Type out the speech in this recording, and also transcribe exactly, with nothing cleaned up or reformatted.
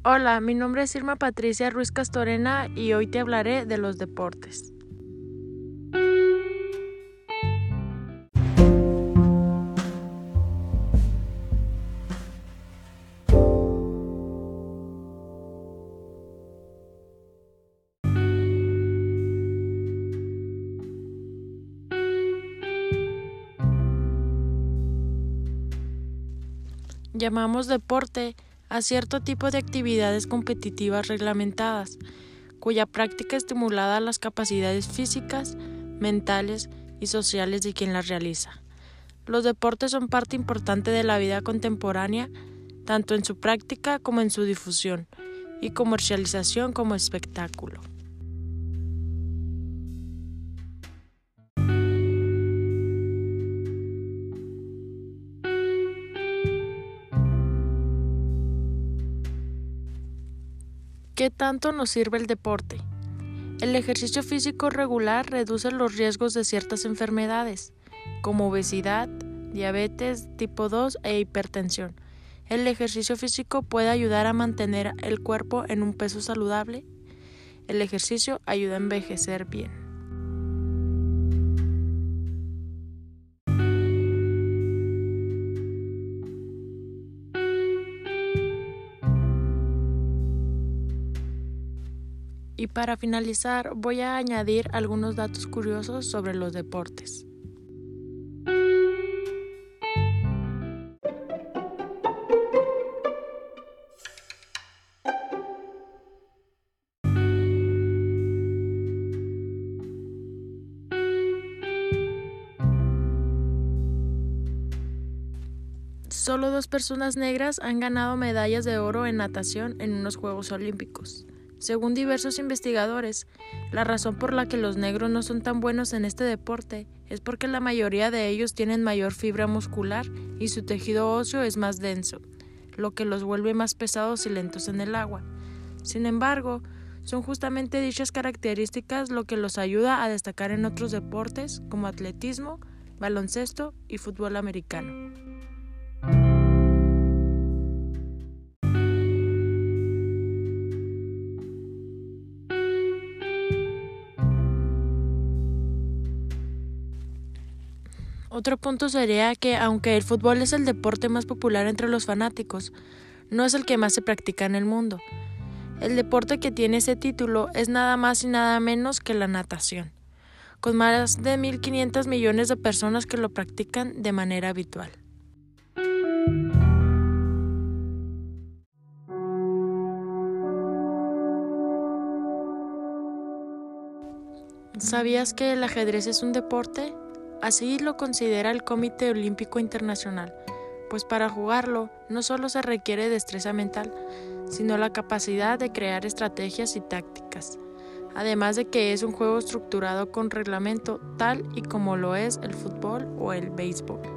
Hola, mi nombre es Irma Patricia Ruiz Castorena y hoy te hablaré de los deportes. Llamamos deporte a cierto tipo de actividades competitivas reglamentadas, cuya práctica estimula las capacidades físicas, mentales y sociales de quien las realiza. Los deportes son parte importante de la vida contemporánea, tanto en su práctica como en su difusión y comercialización como espectáculo. ¿Qué tanto nos sirve el deporte? El ejercicio físico regular reduce los riesgos de ciertas enfermedades, como obesidad, diabetes tipo dos e hipertensión. El ejercicio físico puede ayudar a mantener el cuerpo en un peso saludable. El ejercicio ayuda a envejecer bien. Y para finalizar, voy a añadir algunos datos curiosos sobre los deportes. Solo dos personas negras han ganado medallas de oro en natación en unos Juegos Olímpicos. Según diversos investigadores, la razón por la que los negros no son tan buenos en este deporte es porque la mayoría de ellos tienen mayor fibra muscular y su tejido óseo es más denso, lo que los vuelve más pesados y lentos en el agua. Sin embargo, son justamente dichas características lo que los ayuda a destacar en otros deportes como atletismo, baloncesto y fútbol americano. Otro punto sería que, aunque el fútbol es el deporte más popular entre los fanáticos, no es el que más se practica en el mundo. El deporte que tiene ese título es nada más y nada menos que la natación, con más de mil quinientos millones de personas que lo practican de manera habitual. ¿Sabías que el ajedrez es un deporte? Así lo considera el Comité Olímpico Internacional, pues para jugarlo no solo se requiere destreza mental, sino la capacidad de crear estrategias y tácticas, además de que es un juego estructurado con reglamento tal y como lo es el fútbol o el béisbol.